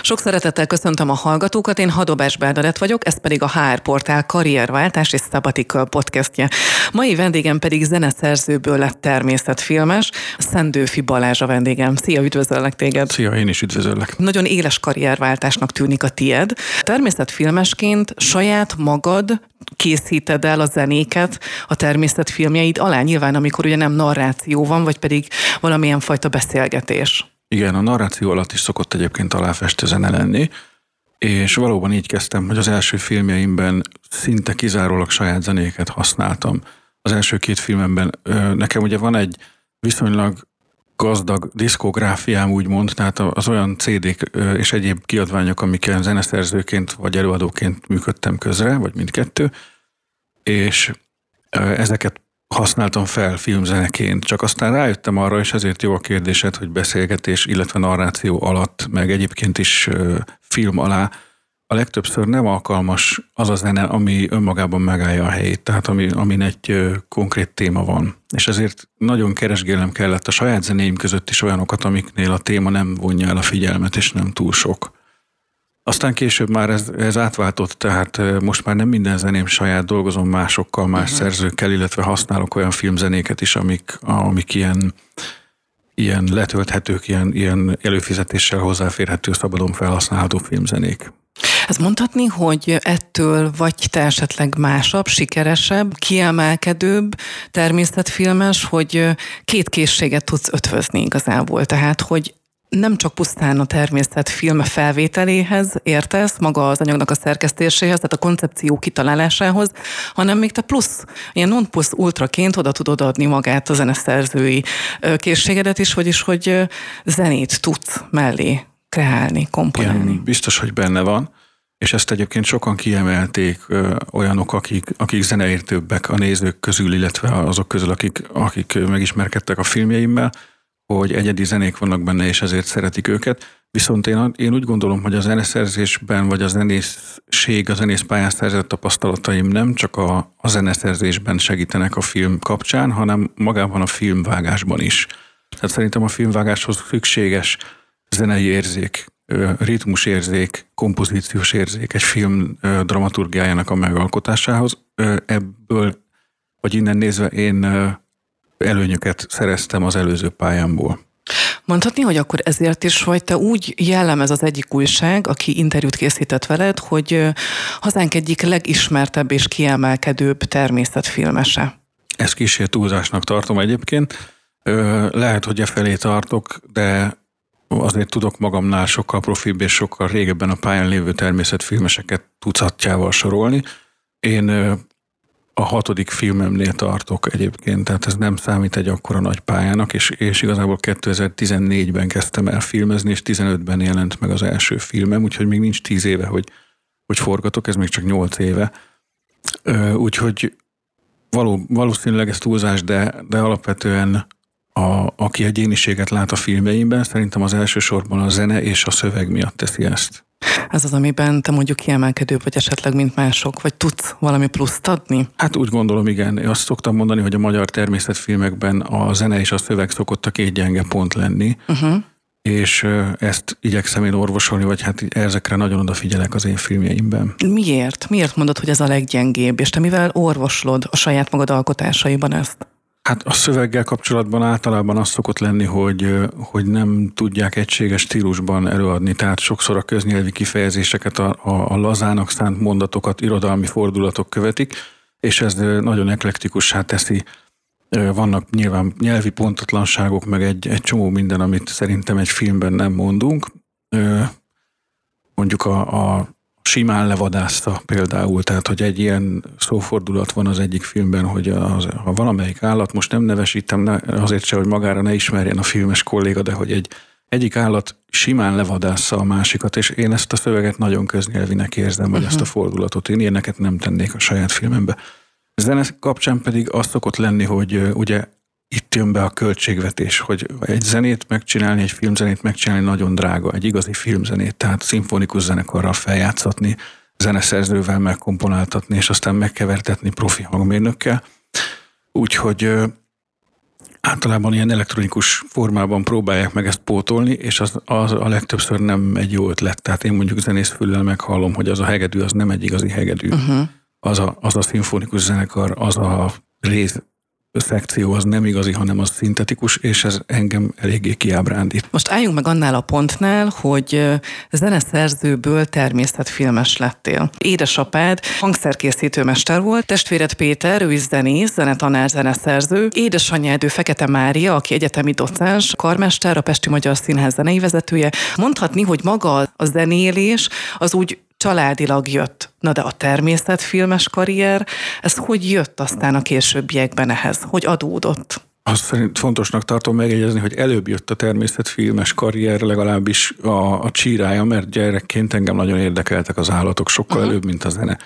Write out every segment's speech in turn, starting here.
Sok szeretettel köszöntöm a hallgatókat, én Hadobás Bernadett vagyok, ez pedig a HR Portál karrierváltás és sabbatical podcastje. Mai vendégem pedig zeneszerzőből lett természetfilmes, Szendőfi Balázs a vendégem. Szia, üdvözöllek téged! Szia, én is üdvözöllek! Nagyon éles karrierváltásnak tűnik a tied. Természetfilmesként saját magad készíted el a zenéket a természetfilmjeid alá, nyilván amikor ugye nem narráció van, vagy pedig valamilyen fajta beszélgetés. Igen, a narráció alatt is szokott egyébként aláfestő zene lenni, és valóban így kezdtem, hogy az első filmjeimben szinte kizárólag saját zenéket használtam. Az első 2 filmemben nekem ugye van egy viszonylag gazdag diszkográfiám, úgymond, tehát az olyan CD-k és egyéb kiadványok, amikkel zeneszerzőként vagy előadóként működtem közre, vagy mindkettő, és ezeket használtam fel filmzeneként, csak aztán rájöttem arra, és ezért jó a kérdésed, hogy beszélgetés, illetve narráció alatt, meg egyébként is film alá a legtöbbször nem alkalmas az a zene, ami önmagában megállja a helyét, tehát amin egy konkrét téma van. És ezért nagyon keresgélnem kellett a saját zenéim között is olyanokat, amiknél a téma nem vonja el a figyelmet, és nem túl sok. Aztán később már ez átváltott, tehát most már nem minden zeném saját, dolgozom másokkal, más szerzőkkel, illetve használok olyan filmzenéket is, amik ilyen letölthetők, ilyen előfizetéssel hozzáférhető, szabadon felhasználható filmzenék. Ezt mondhatni, hogy ettől vagy te esetleg másabb, sikeresebb, kiemelkedőbb természetfilmes, hogy 2 készséget tudsz ötvözni igazából, tehát hogy nem csak pusztán a természetfilm felvételéhez értesz, maga az anyagnak a szerkesztéséhez, tehát a koncepció kitalálásához, hanem még te plusz, ilyen non plus ultraként oda tudod adni magát a zeneszerzői készségedet is, vagyis hogy zenét tudsz mellé kreálni, komponálni. Igen, biztos, hogy benne van, és ezt egyébként sokan kiemelték olyanok, akik zeneértőbbek a nézők közül, illetve azok közül, akik megismerkedtek a filmjeimmel, hogy egyedi zenék vannak benne, és ezért szeretik őket. Viszont én úgy gondolom, hogy a zeneszerzésben, vagy a zenészpályán szerzett tapasztalataim nem csak a zeneszerzésben segítenek a film kapcsán, hanem magában a filmvágásban is. Tehát szerintem a filmvágáshoz szükséges zenei érzék, ritmusérzék, kompozíciós érzék egy film dramaturgiájának a megalkotásához. Ebből, vagy innen nézve én előnyöket szereztem az előző pályámból. Mondhatni, hogy akkor ezért is vagy te úgy jellemez az egyik újság, aki interjút készített veled, hogy hazánk egyik legismertebb és kiemelkedőbb természetfilmese. Ezt kísért túlzásnak tartom egyébként. Lehet, hogy felé tartok, de azért tudok magamnál sokkal profibb és sokkal régebben a pályán lévő természetfilmeseket tucatjával sorolni. Én a 6. filmemnél tartok egyébként, tehát ez nem számít egy akkora nagy pályának, és igazából 2014-ben kezdtem el filmezni, és 15-ben jelent meg az első filmem, úgyhogy még nincs 10 éve, hogy forgatok, ez még csak 8 éve. Úgyhogy valószínűleg ez túlzás, de alapvetően aki egyéniséget lát a filmjeimben, szerintem az elsősorban a zene és a szöveg miatt teszi ezt. Ez az, amiben te mondjuk kiemelkedőbb vagy esetleg, mint mások, vagy tudsz valami pluszt adni? Hát úgy gondolom, igen. Én azt szoktam mondani, hogy a magyar természetfilmekben a zene és a szöveg szokott a 2 gyenge pont lenni, és ezt igyekszem én orvosolni, vagy hát ezekre nagyon odafigyelek az én filmjeimben. Miért? Miért mondod, hogy ez a leggyengébb, és te mivel orvoslod a saját magad alkotásaiban ezt? Hát a szöveggel kapcsolatban általában az szokott lenni, hogy nem tudják egységes stílusban előadni, tehát sokszor a köznyelvi kifejezéseket, a lazának szánt mondatokat, irodalmi fordulatok követik, és ez nagyon eklektikussá teszi. Vannak nyilván nyelvi pontatlanságok, meg egy csomó minden, amit szerintem egy filmben nem mondunk. Mondjuk a simán levadászta például, tehát hogy egy ilyen szófordulat van az egyik filmben, hogy ha valamelyik állat, most nem nevesítem, azért se, hogy magára ne ismerjen a filmes kolléga, de hogy egyik állat simán levadásza a másikat, és én ezt a szöveget nagyon köznyelvinek érzem, vagy ezt a fordulatot. Én ilyeneket nem tennék a saját filmembe. Zene kapcsán pedig az szokott lenni, hogy ugye itt jön be a költségvetés, hogy egy zenét megcsinálni, egy filmzenét megcsinálni nagyon drága, egy igazi filmzenét, tehát szimfonikus zenekarral feljátszatni, zeneszerzővel megkomponáltatni, és aztán megkevertetni profi hangmérnökkel. Úgyhogy általában ilyen elektronikus formában próbálják meg ezt pótolni, és az a legtöbbször nem egy jó ötlet. Tehát én mondjuk zenészfüllel meghallom, hogy az a hegedű, az nem egy igazi hegedű. Az a szimfonikus zenekar, az a rész szekció az nem igazi, hanem az szintetikus, és ez engem eléggé kiábrándít. Most álljunk meg annál a pontnál, hogy zeneszerzőből természetfilmes lettél. Édesapád hangszerkészítőmester volt, testvéred Péter, ő is zenész, zenetanár, zeneszerző. Édesanyád, ő Fekete Mária, aki egyetemi docens, karmester, a Pesti Magyar Színház zenei vezetője. Mondhatni, hogy maga a zenélés az úgy családilag jött. Na de a természetfilmes karrier, ez hogy jött aztán a későbbiekben ehhez? Hogy adódott? Azt szerint fontosnak tartom megjegyezni, hogy előbb jött a természetfilmes karrier, legalábbis a csírája, mert gyerekként engem nagyon érdekeltek az állatok, sokkal előbb, mint a zene.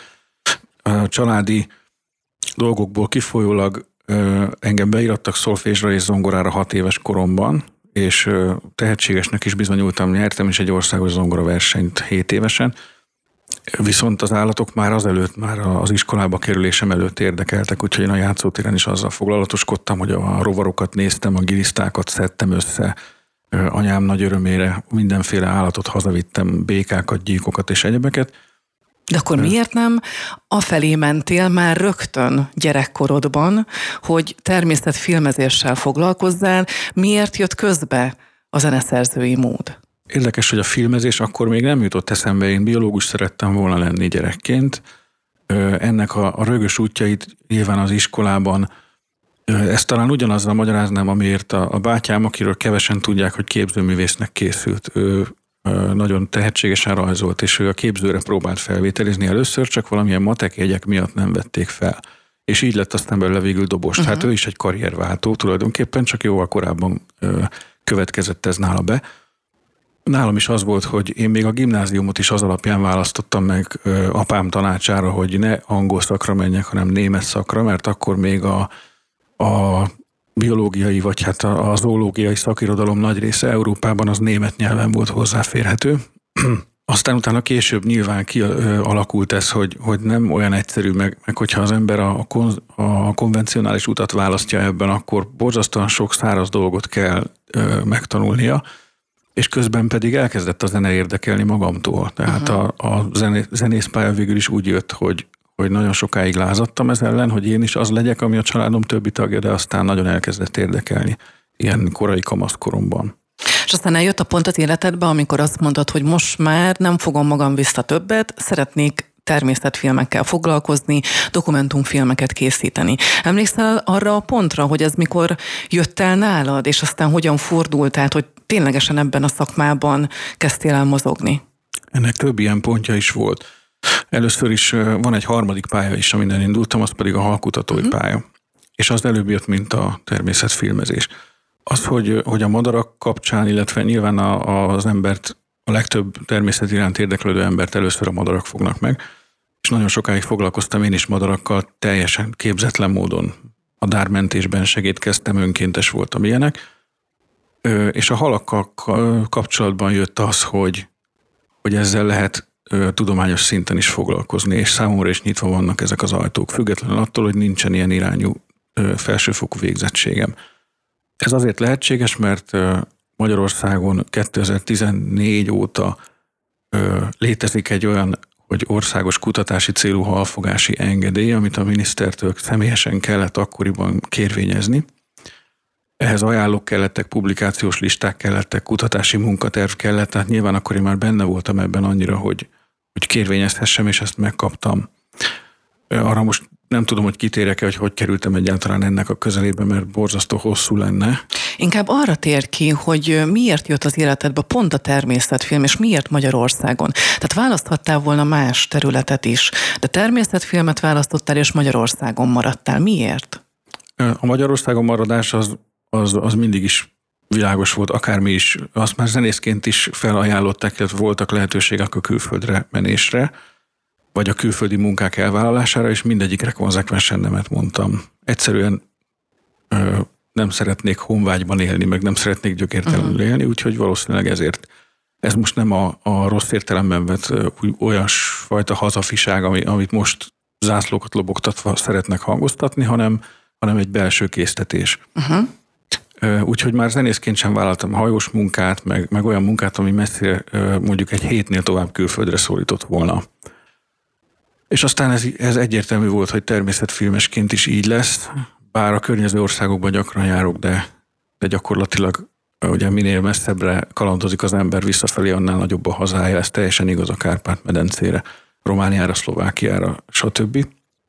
A családi dolgokból kifolyólag engem beírattak szolfésra és zongorára 6 éves koromban, és tehetségesnek is bizonyultam, nyertem is egy országos zongoraversenyt 7 évesen. Viszont az állatok már azelőtt, már az iskolába kerülésem előtt érdekeltek, úgyhogy én a játszótéren is azzal foglalatoskodtam, hogy a rovarokat néztem, a gilisztákat szedtem össze, anyám nagy örömére mindenféle állatot hazavittem, békákat, gyíkokat és egyebeket. De akkor miért nem afelé mentél már rögtön gyerekkorodban, hogy természetfilmezéssel foglalkozzál? Miért jött közbe a zeneszerzői mód? Érdekes, hogy a filmezés akkor még nem jutott eszembe, én biológus szerettem volna lenni gyerekként. Ennek a rögös útjait nyilván az iskolában, ezt talán ugyanazzal magyaráznám, amiért a bátyám, akiről kevesen tudják, hogy képzőművésznek készült. Ő nagyon tehetségesen rajzolt, és ő a képzőre próbált felvételizni először, csak valamilyen matek jegyek miatt nem vették fel. És így lett aztán belőle végül dobos. Hát ő is egy karrierváltó tulajdonképpen, csak jóval korábban következett ez nála be. Nálam is az volt, hogy én még a gimnáziumot is az alapján választottam meg apám tanácsára, hogy ne angol szakra menjek, hanem német szakra, mert akkor még a biológiai, vagy hát a zoológiai szakirodalom nagy része Európában az német nyelven volt hozzáférhető. Aztán utána később nyilván kialakult ez, hogy nem olyan egyszerű, meg hogyha az ember a konvencionális utat választja ebben, akkor borzasztóan sok száraz dolgot kell megtanulnia, és közben pedig elkezdett a zene érdekelni magamtól. Tehát a zenészpálya végül is úgy jött, hogy nagyon sokáig lázadtam ez ellen, hogy én is az legyek, ami a családom többi tagja, de aztán nagyon elkezdett érdekelni ilyen korai kamaszkoromban. És aztán eljött a pont az életedbe, amikor azt mondod, hogy most már nem fogom magam vissza többet, szeretnék természetfilmekkel foglalkozni, dokumentumfilmeket készíteni. Emlékszel arra a pontra, hogy ez mikor jött el nálad, és aztán hogyan fordult át, hogy ténylegesen ebben a szakmában kezdtél el mozogni? Ennek több ilyen pontja is volt. Először is van egy harmadik pálya is, amin indultam, az pedig a halkutatói pálya. És az előbb jött, mint a természetfilmezés. Az, hogy a madarak kapcsán, illetve nyilván az embert, a legtöbb természet iránt érdeklődő embert először a madarak fognak meg, és nagyon sokáig foglalkoztam én is madarakkal, teljesen képzetlen módon. A dármentésben segítkeztem, önkéntes voltam ilyenek, és a halakkal kapcsolatban jött az, hogy ezzel lehet tudományos szinten is foglalkozni, és számomra is nyitva vannak ezek az ajtók, függetlenül attól, hogy nincsen ilyen irányú felsőfokú végzettségem. Ez azért lehetséges, mert Magyarországon 2014 óta létezik egy olyan, hogy országos kutatási célú halfogási engedély, amit a minisztertől személyesen kellett akkoriban kérvényezni. Ehhez ajánlók kellettek, publikációs listák kellettek, kutatási munkaterv kellett, tehát nyilván akkor én már benne voltam ebben annyira, hogy kérvényezhessem, és ezt megkaptam. Arra most nem tudom, hogy kitérek-e, hogy kerültem egyáltalán ennek a közelébe, mert borzasztó hosszú lenne. Inkább arra tér ki, hogy miért jött az életedbe pont a természetfilm, és miért Magyarországon. Tehát választhattál volna más területet is, de természetfilmet választottál, és Magyarországon maradtál. Miért? A Magyarországon maradás az mindig is világos volt, akármi is. Azt már zenészként is felajánlották, illetve voltak lehetőségek a külföldre menésre, vagy a külföldi munkák elvállalására, és mindegyikre konzekvensen nemet mondtam. Egyszerűen nem szeretnék honvágyban élni, meg nem szeretnék gyökértelenül élni, úgyhogy valószínűleg ezért. Ez most nem a rossz értelemben vett olyasfajta hazafiság, amit most zászlókat lobogtatva szeretnek hangoztatni, hanem egy belső késztetés. Úgyhogy már zenészként sem vállaltam hajós munkát, meg olyan munkát, ami messzire mondjuk egy hétnél tovább külföldre szólított volna. És aztán ez egyértelmű volt, hogy természetfilmesként is így lesz, bár a környező országokban gyakran járok, de gyakorlatilag ugye minél messzebbre kalandozik az ember visszafelé, annál nagyobb a hazája, ez teljesen igaz a Kárpát-medencére, Romániára, Szlovákiára, stb.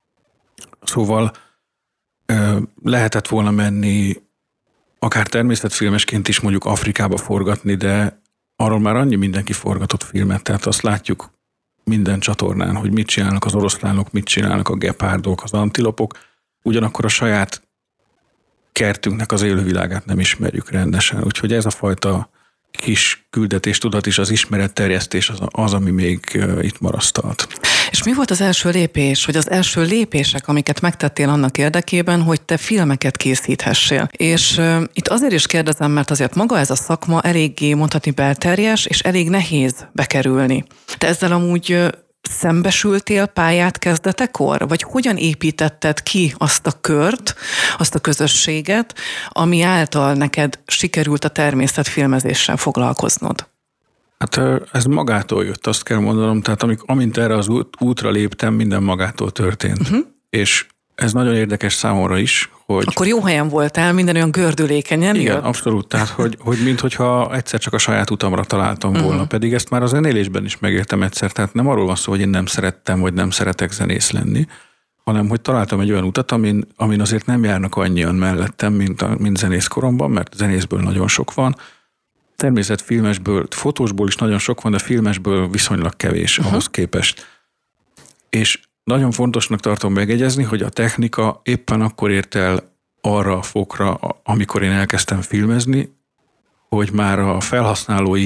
Szóval lehetett volna menni akár természetfilmesként is mondjuk Afrikába forgatni, de arról már annyi mindenki forgatott filmet, tehát azt látjuk minden csatornán, hogy mit csinálnak az oroszlánok, mit csinálnak a gepárdok, az antilopok, ugyanakkor a saját kertünknek az élővilágát nem ismerjük rendesen. Úgyhogy ez a fajta kis küldetéstudat is, az ismeretterjesztés az, ami még itt marasztalt. És mi volt az első lépés, vagy az első lépések, amiket megtettél annak érdekében, hogy te filmeket készíthessél? És itt azért is kérdezem, mert azért maga ez a szakma eléggé mondhatni belterjes, és elég nehéz bekerülni. Te ezzel amúgy szembesültél pályát kezdetekor? Vagy hogyan építetted ki azt a kört, azt a közösséget, ami által neked sikerült a természetfilmezéssel foglalkoznod? Hát ez magától jött, azt kell mondanom, tehát amint erre az útra léptem, minden magától történt. És ez nagyon érdekes számomra is, hogy... Akkor jó helyen voltál, minden olyan gördülékenyen. Igen, jött? Abszolút, tehát hogy minthogyha egyszer csak a saját utamra találtam volna, pedig ezt már a zenélésben is megéltem egyszer, tehát nem arról van szó, hogy én nem szerettem, vagy nem szeretek zenész lenni, hanem hogy találtam egy olyan utat, amin azért nem járnak annyian mellettem, mint zenészkoromban, mert zenészből nagyon sok van. Természetfilmesből, fotósból is nagyon sok van, de filmesből viszonylag kevés ahhoz képest. És nagyon fontosnak tartom megjegyezni, hogy a technika éppen akkor ért el arra a fokra, amikor én elkezdtem filmezni, hogy már a felhasználói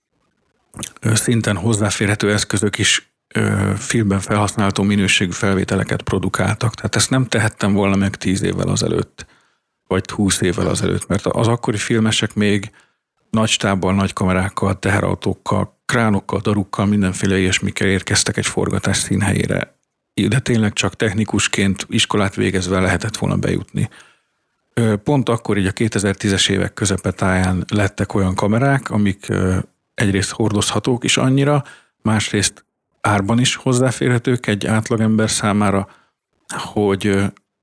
szinten hozzáférhető eszközök is filmben felhasználható minőségű felvételeket produkáltak. Tehát ezt nem tehettem volna meg 10 évvel azelőtt, vagy 20 évvel azelőtt, mert az akkori filmesek még nagy stábbal, nagy kamerákkal, teherautókkal, kránokkal, darukkal, mindenféle ilyesmikkel érkeztek egy forgatás színhelyére. De tényleg csak technikusként iskolát végezve lehetett volna bejutni. Pont akkor így a 2010-es évek közepetáján lettek olyan kamerák, amik egyrészt hordozhatók is annyira, másrészt árban is hozzáférhetők egy átlagember számára, hogy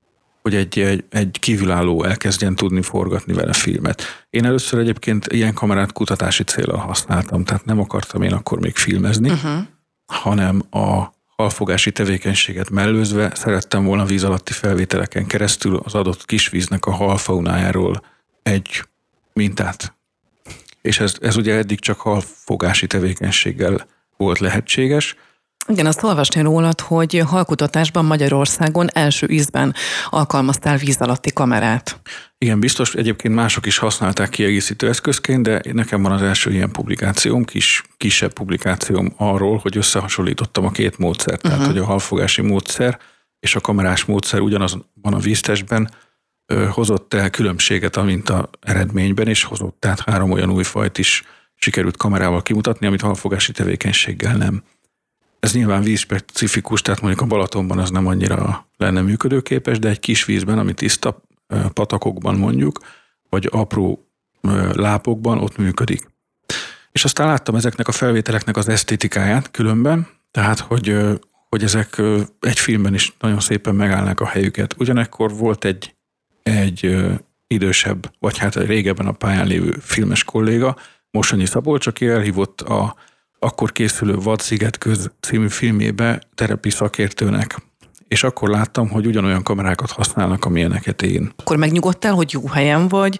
egy kívülálló elkezdjen tudni forgatni vele filmet. Én először egyébként ilyen kamerát kutatási célra használtam, tehát nem akartam én akkor még filmezni, hanem a halfogási tevékenységet mellőzve szerettem volna víz alatti felvételeken keresztül az adott kisvíznek a halfaunájáról egy mintát. És ez ugye eddig csak halfogási tevékenységgel volt lehetséges. Igen, azt olvasni rólad, hogy halkutatásban Magyarországon első ízben alkalmaztál víz alatti kamerát. Igen, biztos, egyébként mások is használták kiegészítő eszközként, de nekem van az első ilyen publikációm, kisebb publikációm arról, hogy összehasonlítottam a két módszert. Tehát, hogy a halfogási módszer és a kamerás módszer ugyanazon a víztestben hozott el különbséget a minta eredményben, és hozott tehát 3 olyan új fajt is sikerült kamerával kimutatni, amit halfogási tevékenységgel nem. Ez nyilván vízspecifikus, tehát mondjuk a Balatonban az nem annyira lenne működőképes, de egy kis vízben, ami tiszta patakokban mondjuk, vagy apró lápokban ott működik. És aztán láttam ezeknek a felvételeknek az esztétikáját különben, tehát hogy ezek egy filmben is nagyon szépen megállnak a helyüket. Ugyanekkor volt egy idősebb, vagy hát régebben a pályán lévő filmes kolléga, Mosonyi Szabolcs, aki elhívott a akkor készülő Vad-szigetköz című filmjébe terepi szakértőnek. És akkor láttam, hogy ugyanolyan kamerákat használnak, amilyeneket én. Akkor megnyugodtál, hogy jó helyen vagy,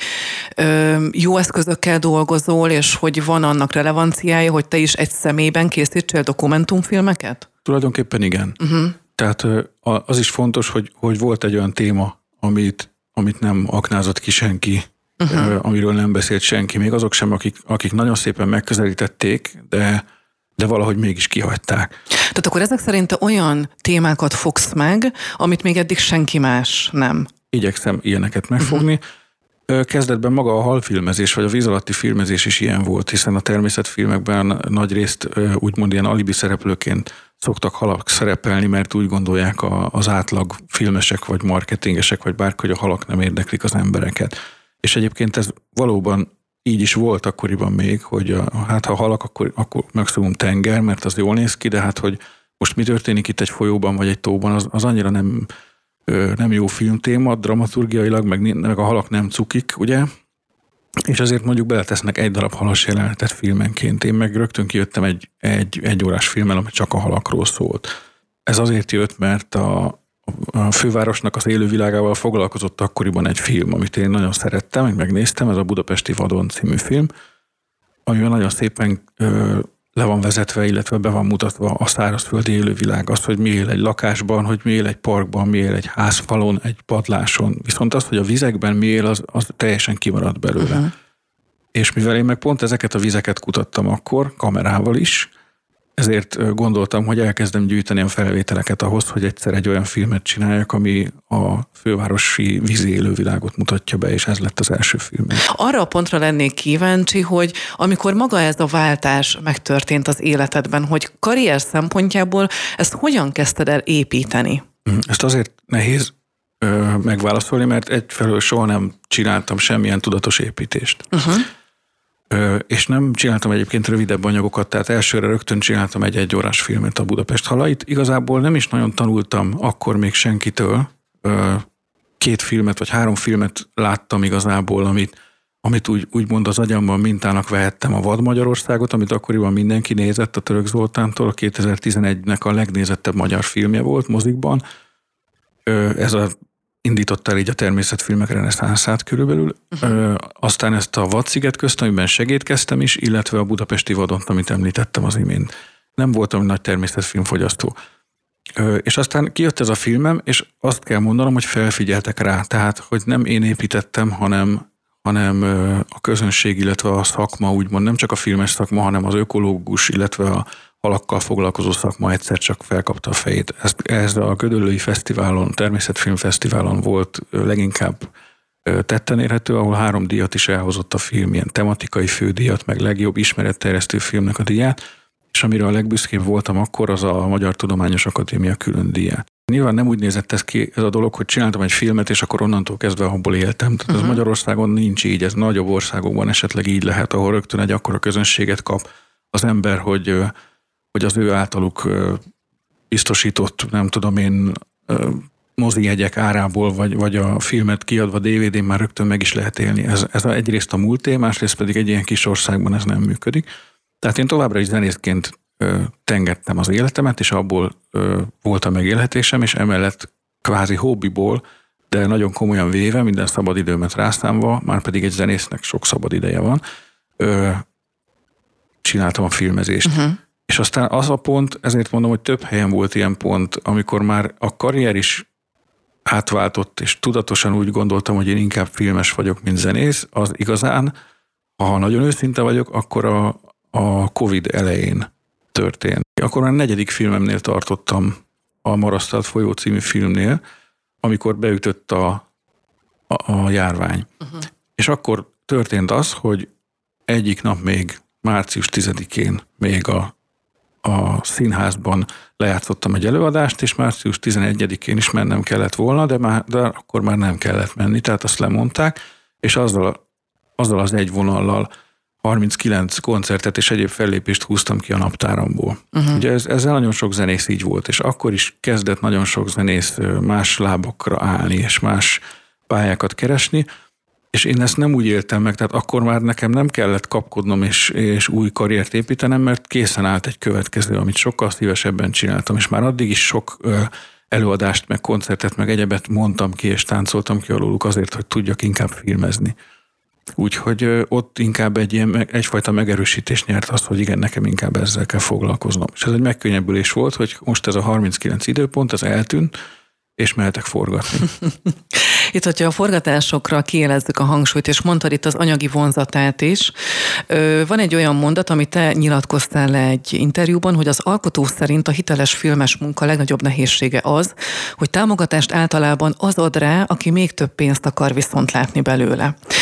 jó eszközökkel dolgozol, és hogy van annak relevanciája, hogy te is egy személyben készítsél dokumentumfilmeket? Tulajdonképpen igen. Tehát az is fontos, hogy volt egy olyan téma, amit nem aknázott ki senki, amiről nem beszélt senki, még azok sem, akik nagyon szépen megközelítették, de valahogy mégis kihagyták. Tehát akkor ezek szerint olyan témákat fogsz meg, amit még eddig senki más nem. Igyekszem ilyeneket megfogni. Kezdetben maga a halfilmezés, vagy a víz alatti filmezés is ilyen volt, hiszen a természetfilmekben nagyrészt úgymond ilyen alibi szereplőként szoktak halak szerepelni, mert úgy gondolják az átlag filmesek, vagy marketingesek, vagy bárki, hogy a halak nem érdeklik az embereket. És egyébként ez valóban így is volt akkoriban még, hogy hát ha halak, akkor maximum tenger, mert az jól néz ki, de hát hogy most mi történik itt egy folyóban vagy egy tóban, az annyira nem jó filmtéma, dramaturgiailag, meg a halak nem cukik, ugye? És azért mondjuk beletesznek egy darab halas jelenetet filmenként. Én meg rögtön kijöttem egy órás filmmel, ami csak a halakról szólt. Ez azért jött, mert a fővárosnak az élővilágával foglalkozott akkoriban egy film, amit én nagyon szerettem, meg megnéztem, ez a Budapesti Vadon című film, amiben nagyon szépen le van vezetve, illetve be van mutatva a szárazföldi élővilág, az, hogy mi él egy lakásban, hogy mi él egy parkban, mi él egy házfalon, egy padláson. Viszont az, hogy a vizekben mi él, az teljesen kimarad belőle. Uh-huh. És mivel én meg pont ezeket a vizeket kutattam akkor, kamerával is, ezért gondoltam, hogy elkezdem gyűjteni a felvételeket ahhoz, hogy egyszer egy olyan filmet csináljak, ami a fővárosi vízi élővilágot mutatja be, és ez lett az első film. Arra a pontra lennék kíváncsi, hogy amikor maga ez a váltás megtörtént az életedben, hogy karrier szempontjából ezt hogyan kezdted el építeni? Ezt azért nehéz megválaszolni, mert egyfelől soha nem csináltam semmilyen tudatos építést. Uh-huh. És nem csináltam egyébként rövidebb anyagokat, tehát elsőre rögtön csináltam egy órás filmet, a Budapest halait. Igazából nem is nagyon tanultam akkor még senkitől. 2 filmet vagy 3 filmet láttam igazából, amit úgymond az agyamban mintának vehettem, a Vad Magyarországot, amit akkoriban mindenki nézett, a Török Zoltántól, a 2011-nek a legnézettebb magyar filmje volt mozikban. Indította el így a természetfilmek reneszánszát körülbelül. Uh-huh. Aztán ezt a Vad-sziget közt, amiben segédkeztem is, illetve a Budapesti Vadont, amit említettem az imént. Nem voltam nagy természetfilmfogyasztó. És aztán kijött ez a filmem, és azt kell mondanom, hogy felfigyeltek rá. Tehát, hogy nem én építettem, hanem a közönség, illetve a szakma, úgymond nem csak a filmes szakma, hanem az ökológus, illetve a halakkal foglalkozó szakma egyszer csak felkapta a fejét. Ez a Gödöllői Fesztiválon, Természetfilmfesztiválon volt leginkább tetten érhető, ahol 3 díjat is elhozott a film, ilyen tematikai fődíjat, meg legjobb ismeretterjesztő filmnek a díját, és amire a legbüszkébb voltam akkor, az a Magyar Tudományos Akadémia külön díját. Nyilván nem úgy nézett ez ki ez a dolog, hogy csináltam egy filmet, és akkor onnantól kezdve abból éltem. Tehát ez Magyarországon nincs így, ez nagyobb országokban esetleg így lehet, ahol rögtön egy akkora közönséget kap az ember, hogy az ő általuk biztosított, nem tudom én, mozijegyek árából, vagy a filmet kiadva DVD-n már rögtön meg is lehet élni. Ez egyrészt a múlté, másrészt pedig egy ilyen kis országban ez nem működik. Tehát én továbbra is zenészként tengettem az életemet, és abból volt a megélhetésem, és emellett kvázi hobbiból, de nagyon komolyan véve, minden szabadidőmet rászámva, már pedig egy zenésznek sok szabadideje van, csináltam a filmezést. Uh-huh. És aztán az a pont, ezért mondom, hogy több helyen volt ilyen pont, amikor már a karrier is átváltott, és tudatosan úgy gondoltam, hogy én inkább filmes vagyok, mint zenész, az igazán, ha nagyon őszinte vagyok, akkor a Covid elején történt. Akkor már a 4. filmemnél tartottam, a Marasztalt folyó című filmnél, amikor beütött a járvány. Uh-huh. És akkor történt az, hogy egyik nap még március 10-én még a színházban lejátszottam egy előadást, és március 11-én is mennem kellett volna, de akkor már nem kellett menni, tehát azt lemondták, és azzal az egy vonallal 39 koncertet és egyéb fellépést húztam ki a naptáramból. Uh-huh. Ugye ezzel nagyon sok zenész így volt, és akkor is kezdett nagyon sok zenész más lábakra állni, és más pályákat keresni, és én ezt nem úgy éltem meg, tehát akkor már nekem nem kellett kapkodnom és új karriert építenem, mert készen állt egy következő, amit sokkal szívesebben csináltam, és már addig is sok előadást, meg koncertet, meg egyebet mondtam ki, és táncoltam ki alóluk azért, hogy tudjak inkább filmezni. Úgyhogy ott inkább egyfajta megerősítés nyert az, hogy igen, nekem inkább ezzel kell foglalkoznom. És ez egy megkönnyebbülés volt, hogy most ez a 39 időpont, ez eltűnt, és mehetek forgatni. Itt, hogyha a forgatásokra kielezzük a hangsúlyt, és mondtad itt az anyagi vonzatát is, van egy olyan mondat, amit te nyilatkoztál le egy interjúban, hogy az alkotó szerint a hiteles filmes munka legnagyobb nehézsége az, hogy támogatást általában az ad rá, aki még több pénzt akar viszont látni belőle.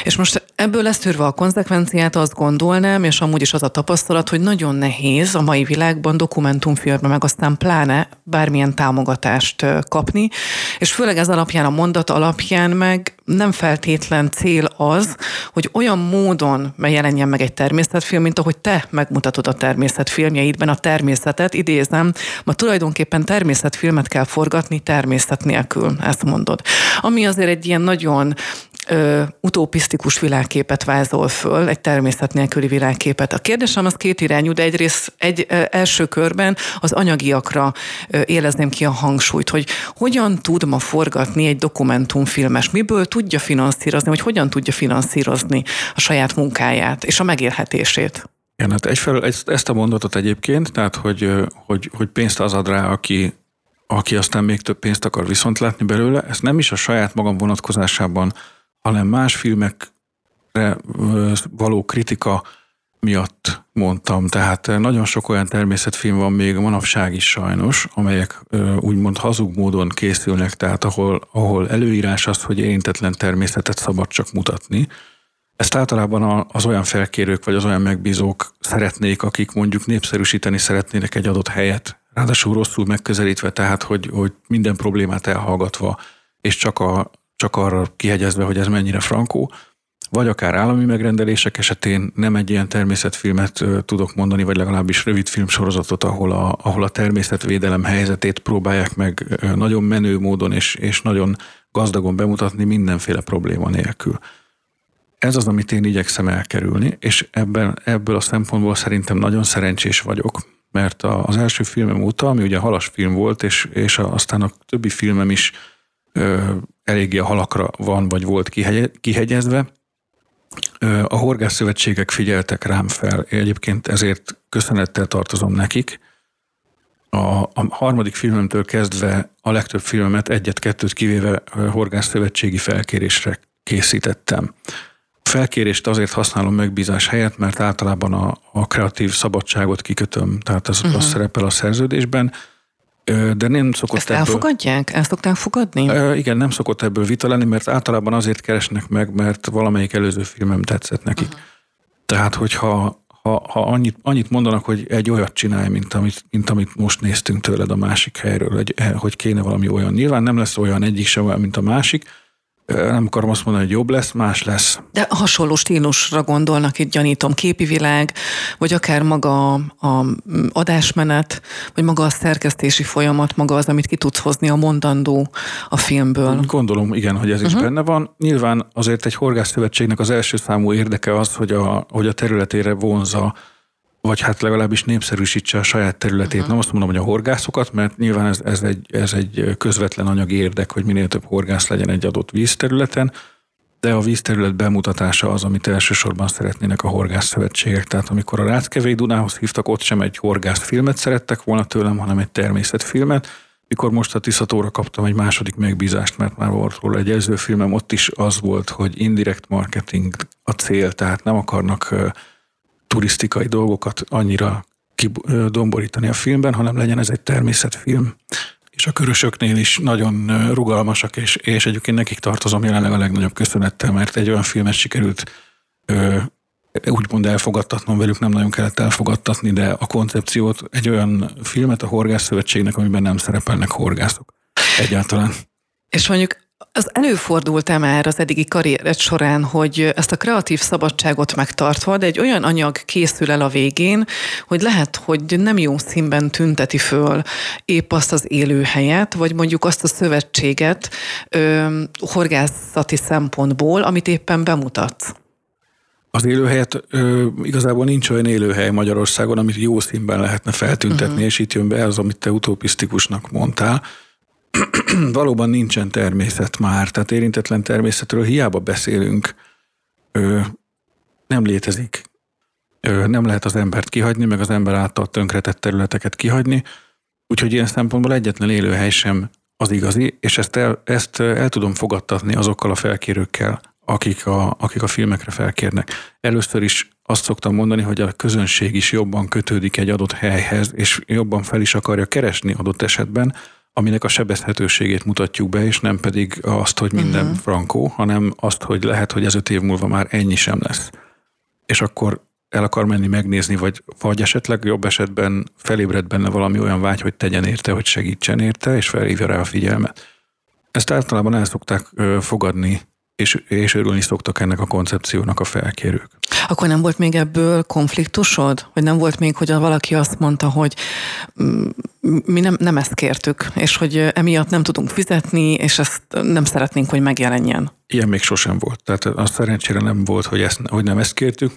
És most ebből leszűrve a konzekvenciát azt gondolnám, és amúgy is az a tapasztalat, hogy nagyon nehéz a mai világban dokumentumfilmben, meg aztán pláne bármilyen támogatást kapni, és főleg ez alapján, a mondat alapján meg nem feltétlen cél az, hogy olyan módon jelenjen meg egy természetfilm, mint ahogy te megmutatod a természetfilmjeidben a természetet, idézem, ma tulajdonképpen természetfilmet kell forgatni természet nélkül, ezt mondod. Ami azért egy ilyen nagyon utopisztikus világképet vázol föl, egy természet nélküli világképet. A kérdésem az kétirányú, de egyrészt első körben az anyagiakra élezném ki a hangsúlyt, hogy hogyan tud ma forgatni egy dokumentumfilmes, miből tudja finanszírozni, vagy hogyan tudja finanszírozni a saját munkáját és a megélhetését. Igen, hát egyfelől ezt a mondatot egyébként, tehát hogy pénzt az ad rá, aki aztán még több pénzt akar viszont látni belőle, ezt nem is a saját magam vonatkozásában, hanem más filmekre való kritika miatt mondtam. Tehát nagyon sok olyan természetfilm van még manapság is sajnos, amelyek úgymond hazug módon készülnek, tehát ahol előírás az, hogy érintetlen természetet szabad csak mutatni. Ezt általában az olyan felkérők vagy az olyan megbízók szeretnék, akik mondjuk népszerűsíteni szeretnének egy adott helyet, ráadásul rosszul megközelítve, tehát hogy minden problémát elhallgatva, és csak arra kihegyezve, hogy ez mennyire frankó, vagy akár állami megrendelések esetén nem egy ilyen természetfilmet tudok mondani, vagy legalábbis rövidfilm sorozatot, ahol a természetvédelem helyzetét próbálják meg nagyon menő módon és nagyon gazdagon bemutatni mindenféle probléma nélkül. Ez az, amit én igyekszem elkerülni, és ebből a szempontból szerintem nagyon szerencsés vagyok, mert az első filmem óta, ami ugye halasfilm volt, és aztán a többi filmem is eléggé a halakra van, vagy volt kihegyezve, a horgászszövetségek figyeltek rám fel. Egyébként ezért köszönettel tartozom nekik. A harmadik filmemtől kezdve a legtöbb filmemet, egyet-kettőt kivéve horgászszövetségi felkérésre készítettem. A felkérést azért használom megbízás helyett, mert általában a kreatív szabadságot kikötöm, tehát az szerepel a szerződésben, de nem szokott ezt elfogadják? El szokták fogadni? Igen, nem szokott ebből vita lenni, mert általában azért keresnek meg, mert valamelyik előző filmem tetszett nekik. Tehát, hogyha annyit mondanak, hogy egy olyat csinálj, mint amit most néztünk tőled a másik helyről, hogy kéne valami olyan. Nyilván nem lesz olyan egyik sem olyan, mint a másik. Nem akarom azt mondani, hogy jobb lesz, más lesz. De hasonló stílusra gondolnak itt, gyanítom, képi világ, vagy akár maga a adásmenet, vagy maga a szerkesztési folyamat, maga az, amit ki tudsz hozni a mondandó a filmből. Gondolom, igen, hogy ez is benne van. Nyilván azért egy horgászszövetségnek az első számú érdeke az, hogy a területére vonzza, vagy hát legalábbis népszerűsítse a saját területét. Nem azt mondom, hogy a horgászokat, mert nyilván ez egy közvetlen anyagi érdek, hogy minél több horgász legyen egy adott vízterületen, de a vízterület bemutatása az, amit elsősorban szeretnének a horgászszövetségek. Tehát amikor a Ráckevei Dunához hívtak, ott sem egy horgászfilmet szerettek volna tőlem, hanem egy természetfilmet. Mikor most a Tiszatóra kaptam egy második megbízást, mert már volt róla egy előző filmem, ott is az volt, hogy indirect marketing a cél, tehát nem akarnak turisztikai dolgokat annyira kidomborítani a filmben, hanem legyen ez egy természetfilm. És a körösöknél is nagyon rugalmasak, és egyébként nekik tartozom jelenleg a legnagyobb köszönettel, mert egy olyan filmet sikerült úgymond elfogadtatnom velük, nem nagyon kellett elfogadtatni, de a koncepciót, egy olyan filmet a Horgászszövetségnek, amiben nem szerepelnek horgászok egyáltalán. És mondjuk az előfordult-e már az eddigi karriered során, hogy ezt a kreatív szabadságot megtartva, de egy olyan anyag készül el a végén, hogy lehet, hogy nem jó színben tünteti föl épp azt az élőhelyet, vagy mondjuk azt a szövetséget horgászati szempontból, amit éppen bemutatsz? Az élőhelyet igazából nincs olyan élőhely Magyarországon, amit jó színben lehetne feltüntetni, és itt jön be az, amit te utopisztikusnak mondtál. Valóban nincsen természet már, tehát érintetlen természetről hiába beszélünk, nem létezik. Nem lehet az embert kihagyni, meg az ember által tönkretett területeket kihagyni, úgyhogy ilyen szempontból egyetlen élőhely sem az igazi, és ezt el tudom fogadtatni azokkal a felkérőkkel, akik a filmekre felkérnek. Először is azt szoktam mondani, hogy a közönség is jobban kötődik egy adott helyhez, és jobban fel is akarja keresni adott esetben aminek a sebezhetőségét mutatjuk be, és nem pedig azt, hogy minden frankó, hanem azt, hogy lehet, hogy ez 5 év múlva már ennyi sem lesz. És akkor el akar menni megnézni, vagy esetleg jobb esetben felébred benne valami olyan vágy, hogy tegyen érte, hogy segítsen érte, és felhívja rá a figyelmet. Ezt általában el szokták fogadni, és örülni szoktak ennek a koncepciónak a felkérők. Akkor nem volt még ebből konfliktusod? Vagy nem volt még, hogy valaki azt mondta, hogy mi nem ezt kértük, és hogy emiatt nem tudunk fizetni, és ezt nem szeretnénk, hogy megjelenjen? Ilyen még sosem volt. Tehát az szerencsére nem volt, hogy nem ezt kértük,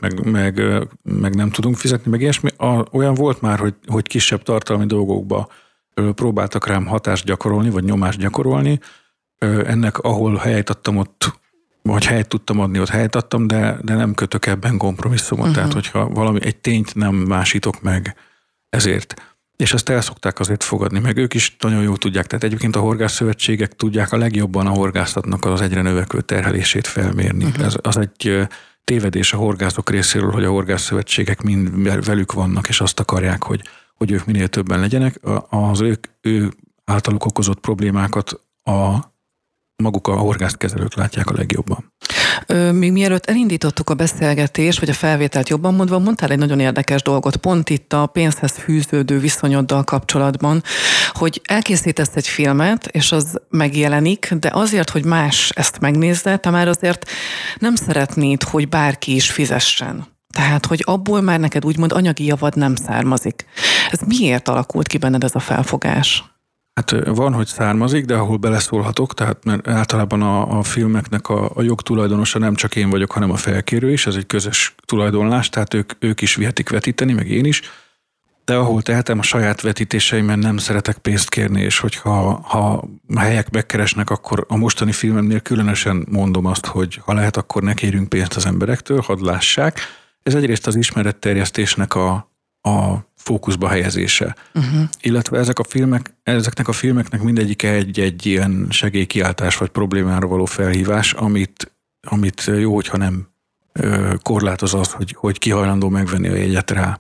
meg nem tudunk fizetni, meg ilyesmi. Olyan volt már, hogy kisebb tartalmi dolgokba próbáltak rám hatást gyakorolni, vagy nyomást gyakorolni. Ennek, ahol helyet adtam, ott vagy helyet tudtam adni, ott helyet adtam, de nem kötök ebben kompromisszumot. Tehát, hogyha egy tényt nem másítok meg ezért. És ezt el szokták azért fogadni, meg ők is nagyon jól tudják. Tehát egyébként a horgászszövetségek tudják a legjobban a horgászatnak az egyre növekvő terhelését felmérni. Az egy tévedés a horgászok részéről, hogy a horgászszövetségek mind velük vannak, és azt akarják, hogy ők minél többen legyenek. Az ő általuk okozott problémákat maguk a horgászkezelők látják a legjobban. Még mielőtt elindítottuk a beszélgetést, vagy a felvételt jobban mondva, mondtál egy nagyon érdekes dolgot, pont itt a pénzhez fűződő viszonyoddal kapcsolatban, hogy elkészítesz egy filmet, és az megjelenik, de azért, hogy más ezt megnézze, te már azért nem szeretnéd, hogy bárki is fizessen. Tehát, hogy abból már neked úgymond anyagi javad nem származik. Ez miért alakult ki benned ez a felfogás? Hát van, hogy származik, de ahol beleszólhatok, tehát mert általában a filmeknek a jogtulajdonosa nem csak én vagyok, hanem a felkérő is, ez egy közös tulajdonlás, tehát ők is vihetik vetíteni, meg én is, de ahol tehetem, a saját vetítéseimben nem szeretek pénzt kérni, és hogyha helyek megkeresnek, akkor a mostani filmemnél különösen mondom azt, hogy ha lehet, akkor ne kérjünk pénzt az emberektől, hadd lássák. Ez egyrészt az ismeretterjesztésnek a fókuszba helyezése. Illetve ezeknek a filmeknek mindegyike egy ilyen segélykiáltás vagy problémára való felhívás, amit jó, hogyha nem korlátoz az, hogy ki hajlandó megvenni a jegyet rá.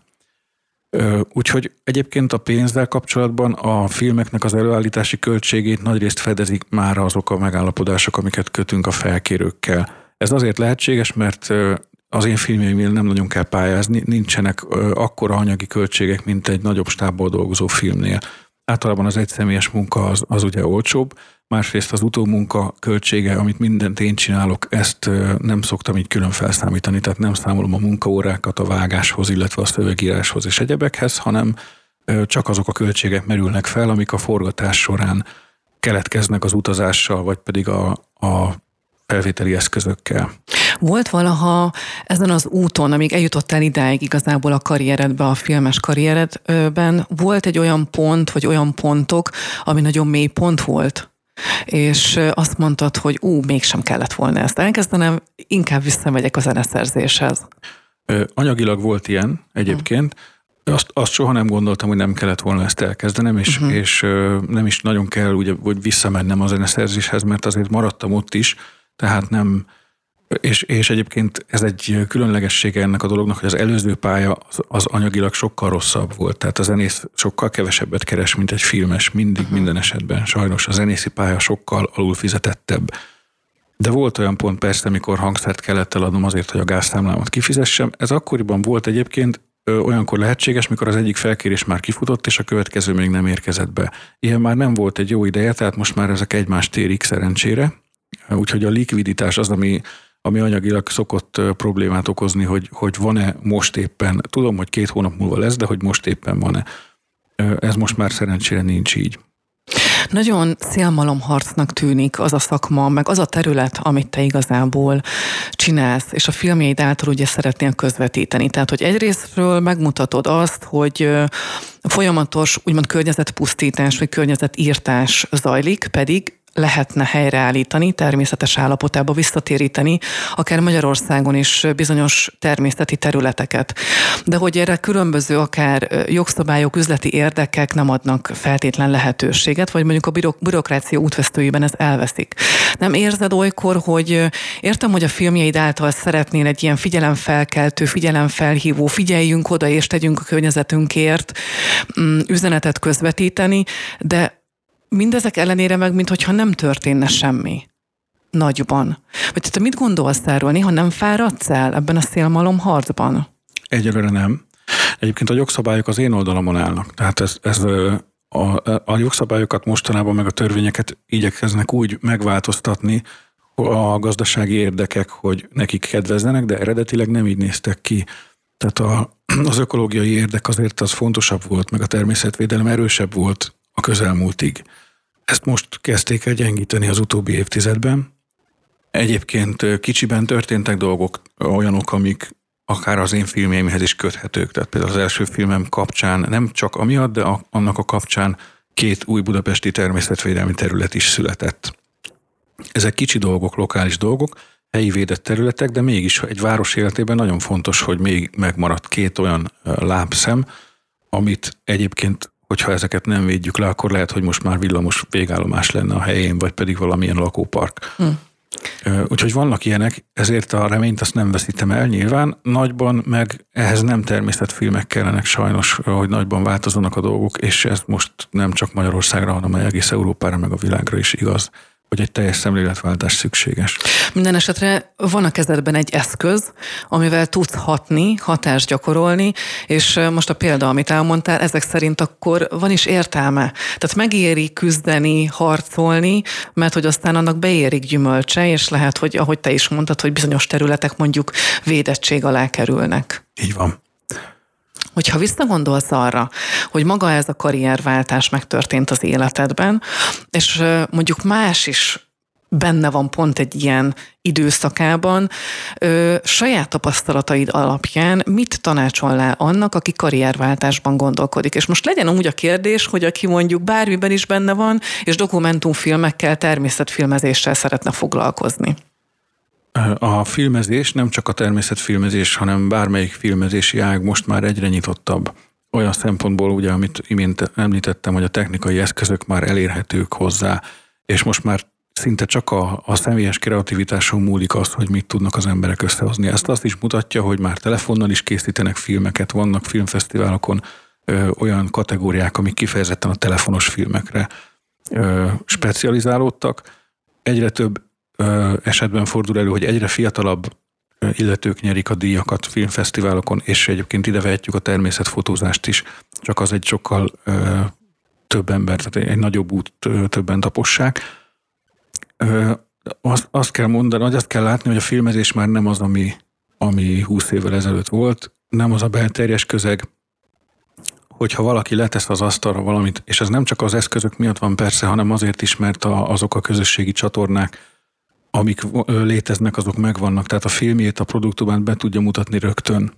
Úgyhogy egyébként a pénzzel kapcsolatban a filmeknek az előállítási költségét nagyrészt fedezik már azok a megállapodások, amiket kötünk a felkérőkkel. Ez azért lehetséges, mert az én filmjeimnél nem nagyon kell pályázni, nincsenek akkora anyagi költségek, mint egy nagyobb stábból dolgozó filmnél. Általában az egyszemélyes munka az ugye olcsóbb, másrészt az utómunka költsége, amit mindent én csinálok, ezt nem szoktam így külön felszámítani, tehát nem számolom a munkaórákat a vágáshoz, illetve a szövegíráshoz és egyebekhez, hanem csak azok a költségek merülnek fel, amik a forgatás során keletkeznek az utazással, vagy pedig a felvételi eszközökkel. Volt valaha ezen az úton, amíg eljutottál idáig igazából a karrieredbe, a filmes karrieredben, volt egy olyan pont, vagy olyan pontok, ami nagyon mély pont volt? És azt mondtad, hogy mégsem kellett volna ezt elkezdenem, inkább visszamegyek a zeneszerzéshez. Anyagilag volt ilyen egyébként. Azt soha nem gondoltam, hogy nem kellett volna ezt elkezdenem, és nem is nagyon kell ugye, hogy visszamennem a zeneszerzéshez, mert azért maradtam ott is, tehát nem. És egyébként ez egy különlegessége ennek a dolognak, hogy az előző pálya az anyagilag sokkal rosszabb volt. Tehát a zenész sokkal kevesebbet keres, mint egy filmes, mindig, minden esetben. Sajnos a zenészi pálya sokkal alulfizetettebb. De volt olyan pont persze, amikor hangszert kellett eladnom azért, hogy a gázszámlámat kifizessem. Ez akkoriban volt egyébként, olyankor lehetséges, mikor az egyik felkérés már kifutott, és a következő még nem érkezett be. Ilyen már nem volt egy jó ideje, tehát most már ezek egymást érik szerencsére. Úgyhogy a likviditás az, ami anyagilag szokott problémát okozni, hogy van-e most éppen, tudom, hogy 2 hónap múlva lesz, de hogy most éppen van-e. Ez most már szerencsére nincs így. Nagyon szélmalomharcnak tűnik az a szakma, meg az a terület, amit te igazából csinálsz, és a filmjeid által ugye szeretnél közvetíteni. Tehát, hogy egyrésztről megmutatod azt, hogy folyamatos úgymond környezetpusztítás, vagy környezetírtás zajlik, pedig lehetne helyreállítani, természetes állapotába visszatéríteni, akár Magyarországon is bizonyos természeti területeket. De hogy erre különböző akár jogszabályok, üzleti érdekek nem adnak feltétlen lehetőséget, vagy mondjuk a bürokrácia útvesztőjében ez elveszik. Nem érzed olykor, hogy értem, hogy a filmjeid által szeretnél egy ilyen figyelemfelkeltő, figyelemfelhívó, figyeljünk oda és tegyünk a környezetünkért üzenetet közvetíteni, de mindezek ellenére meg, mintha nem történne semmi. Nagyban. Vagy te mit gondolsz erről? Néha nem fáradsz el ebben a szélmalom harcban? Egyelőre nem. Egyébként a jogszabályok az én oldalamon állnak. Tehát a jogszabályokat mostanában meg a törvényeket igyekeznek úgy megváltoztatni a gazdasági érdekek, hogy nekik kedvezzenek, de eredetileg nem így néztek ki. Tehát az ökológiai érdek azért az fontosabb volt, meg a természetvédelem erősebb volt a közelmúltig. Ezt most kezdték el gyengíteni az utóbbi évtizedben. Egyébként kicsiben történtek dolgok, olyanok, amik akár az én filmjeimhez is köthetők. Tehát például az első filmem kapcsán nem csak amiatt, de annak a kapcsán 2 új budapesti természetvédelmi terület is született. Ezek kicsi dolgok, lokális dolgok, helyi védett területek, de mégis egy város életében nagyon fontos, hogy még megmaradt 2 olyan lábszem, amit egyébként, hogyha ezeket nem védjük le, akkor lehet, hogy most már villamos végállomás lenne a helyén, vagy pedig valamilyen lakópark. Úgyhogy vannak ilyenek, ezért a reményt azt nem veszítem el nyilván. Nagyban meg ehhez nem természetfilmek kellenek sajnos, hogy nagyban változzanak a dolgok, és ez most nem csak Magyarországra, hanem egész Európára meg a világra is igaz, hogy egy teljes szemléletváltás szükséges. Minden esetre van a kezedben egy eszköz, amivel tudsz hatni, hatást gyakorolni, és most a példa, amit elmondtál, ezek szerint akkor van is értelme. Tehát megéri küzdeni, harcolni, mert hogy aztán annak beérik gyümölcse, és lehet, hogy ahogy te is mondtad, hogy bizonyos területek mondjuk védettség alá kerülnek. Így van. Hogyha visszagondolsz arra, hogy maga ez a karrierváltás megtörtént az életedben, és mondjuk más is benne van pont egy ilyen időszakában, saját tapasztalataid alapján mit tanácsolnál annak, aki karrierváltásban gondolkodik? És most legyen úgy a kérdés, hogy aki mondjuk bármiben is benne van, és dokumentumfilmekkel, természetfilmezéssel szeretne foglalkozni. A filmezés, nem csak a természetfilmezés, hanem bármelyik filmezési ág most már egyre nyitottabb. Olyan szempontból, ugye, amit imént említettem, hogy a technikai eszközök már elérhetők hozzá, és most már szinte csak a személyes kreativitáson múlik az, hogy mit tudnak az emberek összehozni. Ezt azt is mutatja, hogy már telefonnal is készítenek filmeket, vannak filmfesztiválokon olyan kategóriák, amik kifejezetten a telefonos filmekre specializálódtak. Egyre több esetben fordul elő, hogy egyre fiatalabb illetők nyerik a díjakat filmfesztiválokon, és egyébként ide vehetjük a természetfotózást is, csak az egy sokkal több ember, tehát egy nagyobb út, többen tapossák. Azt kell mondani, hogy azt kell látni, hogy a filmezés már nem az, ami 20 évvel ezelőtt volt, nem az a belterjes közeg, hogyha valaki letesz az asztalra valamit, és ez nem csak az eszközök miatt van persze, hanem azért is, mert azok a közösségi csatornák, amik léteznek, azok megvannak, tehát a filmjét, a produktumát be tudja mutatni rögtön.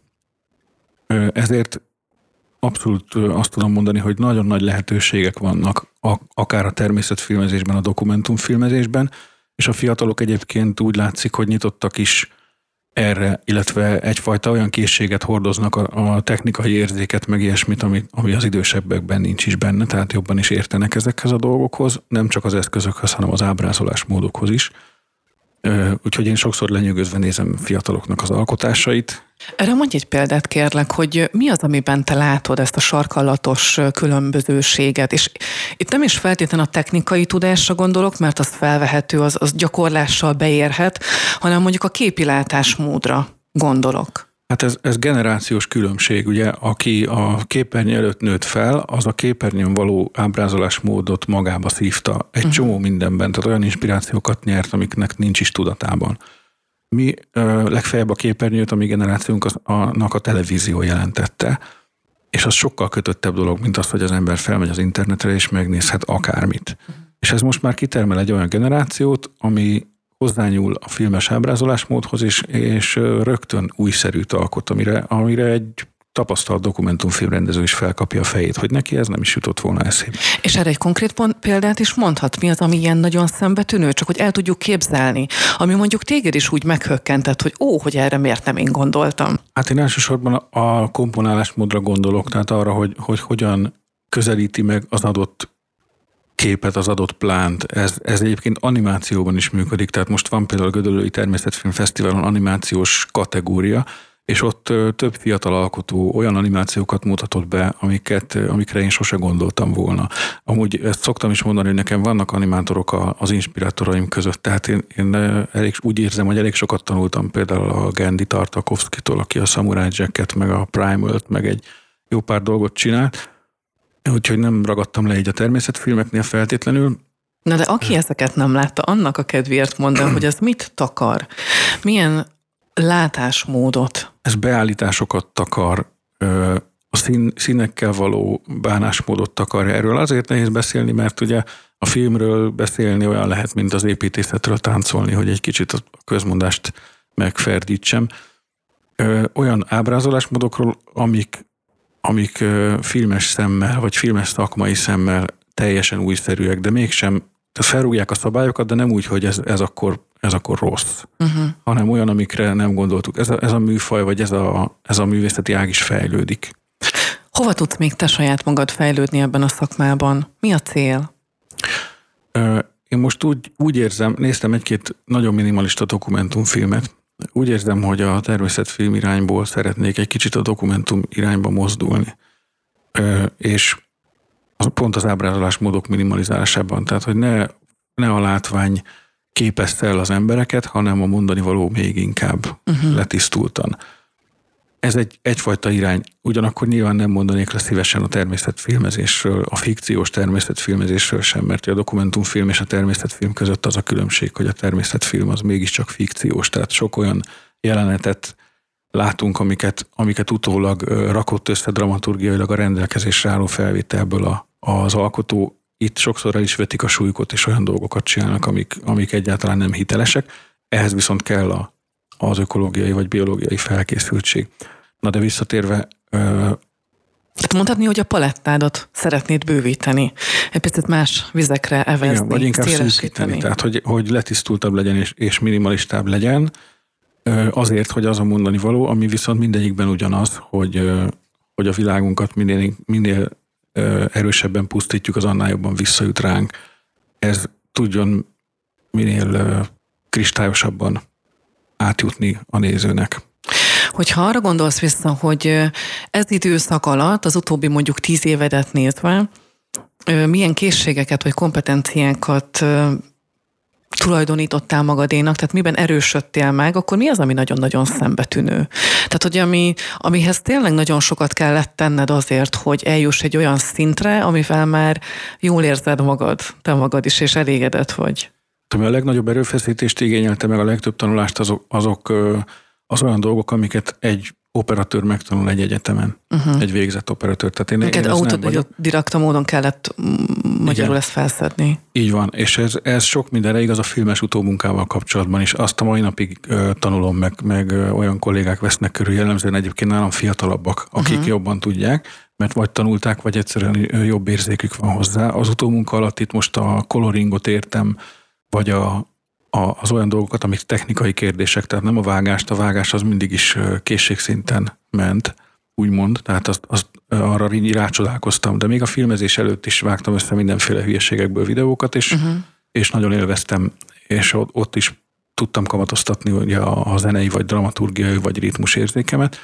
Ezért abszolút azt tudom mondani, hogy nagyon nagy lehetőségek vannak, akár a természetfilmezésben, a dokumentumfilmezésben, és a fiatalok egyébként úgy látszik, hogy nyitottak is erre, illetve egyfajta olyan készséget hordoznak, a technikai érzéket, meg ilyesmit, ami az idősebbekben nincs is benne, tehát jobban is értenek ezekhez a dolgokhoz, nem csak az eszközökhöz, hanem az ábrázolásmódokhoz is. Úgyhogy én sokszor lenyűgözve nézem fiataloknak az alkotásait. Erre mondj egy példát, kérlek, hogy mi az, amiben te látod ezt a sarkallatos különbözőséget, és itt nem is feltétlenül a technikai tudásra gondolok, mert az felvehető, az gyakorlással beérhet, hanem mondjuk a képilátásmódra gondolok. Hát ez generációs különbség, ugye, aki a képernyő előtt nőtt fel, az a képernyőn való ábrázolásmódot magába szívta egy csomó mindenben, tehát olyan inspirációkat nyert, amiknek nincs is tudatában. Mi legfeljebb a képernyőt, a mi generációnknak a televízió jelentette, és az sokkal kötöttebb dolog, mint az, hogy az ember felmegy az internetre és megnézhet akármit. És ez most már kitermel egy olyan generációt, ami hozzányúl a filmes ábrázolásmódhoz, és rögtön újszerűt alkot, amire egy tapasztalt dokumentumfilmrendező is felkapja a fejét, hogy neki ez nem is jutott volna eszébe. És erre egy konkrét példát is mondhat, mi az, ami ilyen nagyon szembetűnő, csak hogy el tudjuk képzelni, ami mondjuk téged is úgy meghökkentett, hogy hogy erre miért nem én gondoltam. Hát én elsősorban a komponálásmódra gondolok, tehát arra, hogy hogyan közelíti meg az adott képet, az adott plánt. Ez egyébként animációban is működik, tehát most van például a Gödöllői Természetfilm Fesztiválon animációs kategória, és ott több fiatal alkotó olyan animációkat mutatott be, amikre én sose gondoltam volna. Amúgy ezt szoktam is mondani, hogy nekem vannak animátorok az inspirátoraim között, tehát én úgy érzem, hogy elég sokat tanultam például a Genndy Tartakovskytól, aki a Samurai Jacket, meg a Primalt, meg egy jó pár dolgot csinált, úgyhogy nem ragadtam le így a természetfilmeknél feltétlenül. Na de aki ezeket nem látta, annak a kedvéért mondd el, hogy ez mit takar? Milyen látásmódot? Ez beállításokat takar, a színekkel való bánásmódot takarja. Erről azért nehéz beszélni, mert ugye a filmről beszélni olyan lehet, mint az építészetről táncolni, hogy egy kicsit a közmondást megferdítsem. Olyan ábrázolásmódokról, amik filmes szemmel, vagy filmes szakmai szemmel teljesen újszerűek, de mégsem felrúgják a szabályokat, de nem úgy, hogy ez akkor rossz, hanem olyan, amikre nem gondoltuk. Ez a műfaj, vagy ez a művészeti ág is fejlődik. Hova tudsz még te saját magad fejlődni ebben a szakmában? Mi a cél? Én most úgy érzem, néztem egy-két nagyon minimalista dokumentumfilmet, úgy érzem, hogy a természetfilm irányból szeretnék egy kicsit a dokumentum irányba mozdulni. És pont az ábrázolásmódok minimalizálásában, tehát hogy ne a látvány képezte el az embereket, hanem a mondani való még inkább letisztultan. Ez egyfajta irány. Ugyanakkor nyilván nem mondanék le szívesen a természetfilmezésről, a fikciós természetfilmezésről sem, mert a dokumentumfilm és a természetfilm között az a különbség, hogy a természetfilm az mégiscsak fikciós, tehát sok olyan jelenetet látunk, amiket utólag rakott össze dramaturgiailag a rendelkezésre álló felvételből az alkotó. Itt sokszor el is vetik a súlykot, és olyan dolgokat csinálnak, amik egyáltalán nem hitelesek. Ehhez viszont kell az ökológiai vagy biológiai felkészültség. Na de visszatérve... Tehát mondhatni, hogy a palettádat szeretnéd bővíteni. Egy picit más vizekre evezni, igen, vagy inkább szűkíteni. Tehát, hogy letisztultabb legyen és minimalistább legyen, azért, hogy az a mondani való, ami viszont mindegyikben ugyanaz, hogy a világunkat minél erősebben pusztítjuk, az annál jobban visszajut ránk. Ez tudjon minél kristályosabban átjutni a nézőnek. Hogyha arra gondolsz vissza, hogy ez időszak alatt, az utóbbi mondjuk 10 évedet nézve, milyen készségeket vagy kompetenciákat tulajdonítottál magadénak, tehát miben erősödtél meg, akkor mi az, ami nagyon-nagyon szembetűnő? Tehát, hogy amihez tényleg nagyon sokat kellett tenned azért, hogy eljuss egy olyan szintre, amivel már jól érzed magad, te magad is, és elégedett vagy. Ami a legnagyobb erőfeszítést igényelte meg a legtöbb tanulást, azok az olyan dolgok, amiket egy operatőr megtanul egy egyetemen, egy végzett operatőr. Tehát én autodidakta módon kellett magyarul ezt felszedni. Így van, és ez sok mindenre igaz a filmes utómunkával kapcsolatban is. Azt a mai napig tanulom, meg olyan kollégák vesznek körül, jellemzően egyébként nálam fiatalabbak, akik jobban tudják, mert vagy tanulták, vagy egyszerűen jobb érzékük van hozzá. Az utómunka alatt itt most a coloringot értem, vagy az olyan dolgokat, amik technikai kérdések, tehát nem a vágás az mindig is készségszinten ment, úgymond, tehát azt arra így rácsodálkoztam, de még a filmezés előtt is vágtam össze mindenféle hülyeségekből videókat, és nagyon élveztem, és ott is tudtam kamatoztatni ugye a zenei, vagy dramaturgiai, vagy ritmusérzékemet.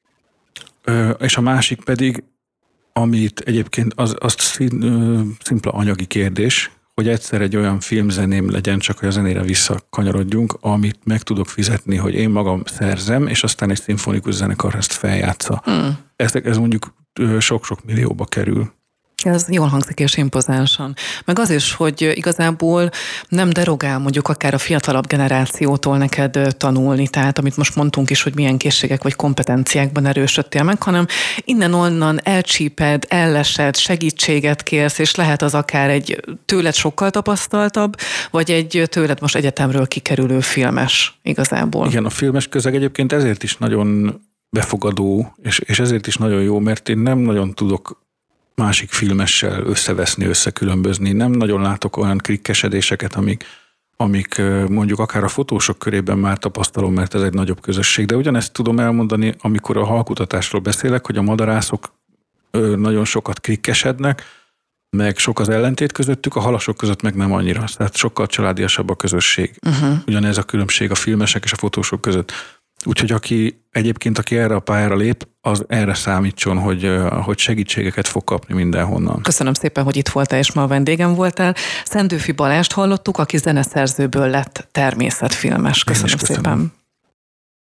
És a másik pedig, amit egyébként az szimpla anyagi kérdés, hogy egyszer egy olyan filmzeném legyen, csak hogy a zenére visszakanyarodjunk, amit meg tudok fizetni, hogy én magam szerzem, és aztán egy szimfonikus zenekar ezt feljátsza. Ez mondjuk sok-sok millióba kerül. Ez jól hangzik és impozánsan. Meg az is, hogy igazából nem derogál mondjuk akár a fiatalabb generációtól neked tanulni, tehát amit most mondtunk is, hogy milyen készségek vagy kompetenciákban erősödtél meg, hanem innen-onnan elcsíped, ellesed, segítséget kérsz, és lehet az akár egy tőled sokkal tapasztaltabb, vagy egy tőled most egyetemről kikerülő filmes igazából. Igen, a filmes közeg egyébként ezért is nagyon befogadó, és ezért is nagyon jó, mert én nem nagyon tudok másik filmessel összeveszni, összekülönbözni. Nem nagyon látok olyan klikkesedéseket, amik mondjuk akár a fotósok körében már tapasztalom, mert ez egy nagyobb közösség. De ugyanezt tudom elmondani, amikor a halkutatásról beszélek, hogy a madarászok nagyon sokat klikkesednek, meg sok az ellentét közöttük, a halasok között meg nem annyira. Tehát sokkal családiasabb a közösség. Ugyanez a különbség a filmesek és a fotósok között. Úgyhogy aki erre a pályára lép, az erre számítson, hogy segítségeket fog kapni mindenhonnan. Köszönöm szépen, hogy itt voltál, és ma a vendégem voltál. Szendőfi Balást hallottuk, aki zeneszerzőből lett természetfilmes. Köszönöm szépen.